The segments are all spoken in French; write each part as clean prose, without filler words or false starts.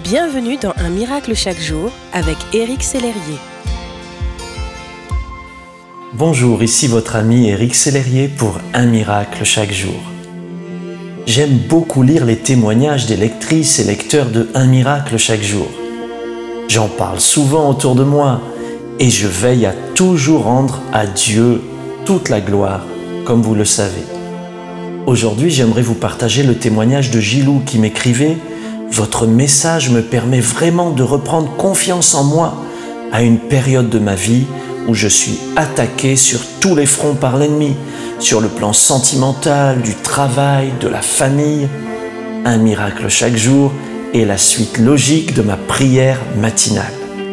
Bienvenue dans Un miracle chaque jour avec Éric Sellerier. Bonjour, ici votre ami Éric Sellerier pour Un miracle chaque jour. J'aime beaucoup lire les témoignages des lectrices et lecteurs de Un miracle chaque jour. J'en parle souvent autour de moi et je veille à toujours rendre à Dieu toute la gloire, comme vous le savez. Aujourd'hui, j'aimerais vous partager le témoignage de Gilou qui m'écrivait « Votre message me permet vraiment de reprendre confiance en moi à une période de ma vie où je suis attaqué sur tous les fronts par l'ennemi, sur le plan sentimental, du travail, de la famille. Un miracle chaque jour est la suite logique de ma prière matinale.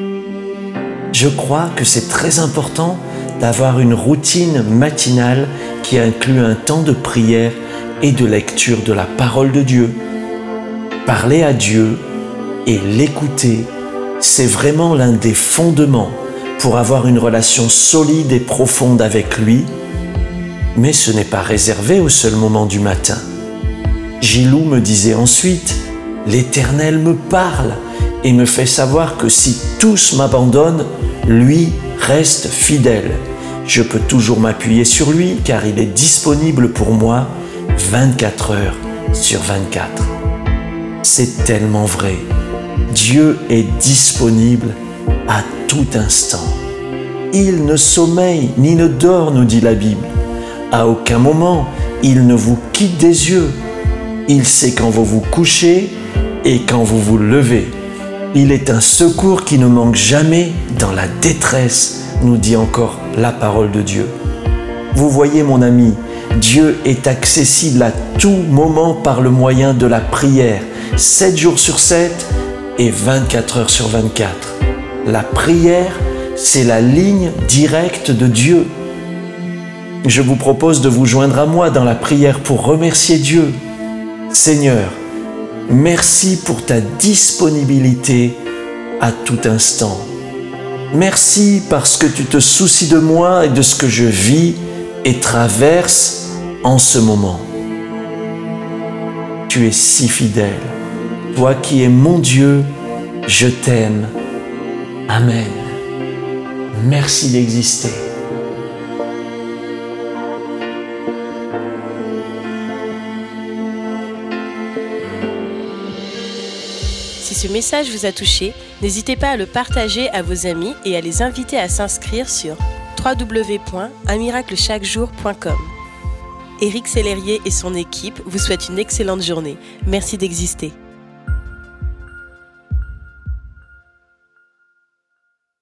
Je crois que c'est très important d'avoir une routine matinale qui inclut un temps de prière et de lecture de la parole de Dieu. Parler à Dieu et l'écouter, c'est vraiment l'un des fondements pour avoir une relation solide et profonde avec lui, mais ce n'est pas réservé au seul moment du matin. Gilou me disait ensuite « L'Éternel me parle et me fait savoir que si tous m'abandonnent, lui reste fidèle. Je peux toujours m'appuyer sur lui car il est disponible pour moi 24 heures sur 24. » C'est tellement vrai. Dieu est disponible à tout instant. Il ne sommeille ni ne dort, nous dit la Bible. À aucun moment, il ne vous quitte des yeux. Il sait quand vous vous couchez et quand vous vous levez. Il est un secours qui ne manque jamais dans la détresse, nous dit encore la parole de Dieu. Vous voyez, mon ami, Dieu est accessible à tout moment par le moyen de la prière, 7 jours sur 7 et 24 heures sur 24. La prière, c'est la ligne directe de Dieu. Je vous propose de vous joindre à moi dans la prière pour remercier Dieu. Seigneur, merci pour ta disponibilité à tout instant. Merci parce que tu te soucies de moi et de ce que je vis et traverse en ce moment. Tu es si fidèle. Toi qui es mon Dieu, je t'aime. Amen. Merci d'exister. Si ce message vous a touché, n'hésitez pas à le partager à vos amis et à les inviter à s'inscrire sur www.unmiraclechaquejour.com. Éric Sellerier et son équipe vous souhaitent une excellente journée. Merci d'exister.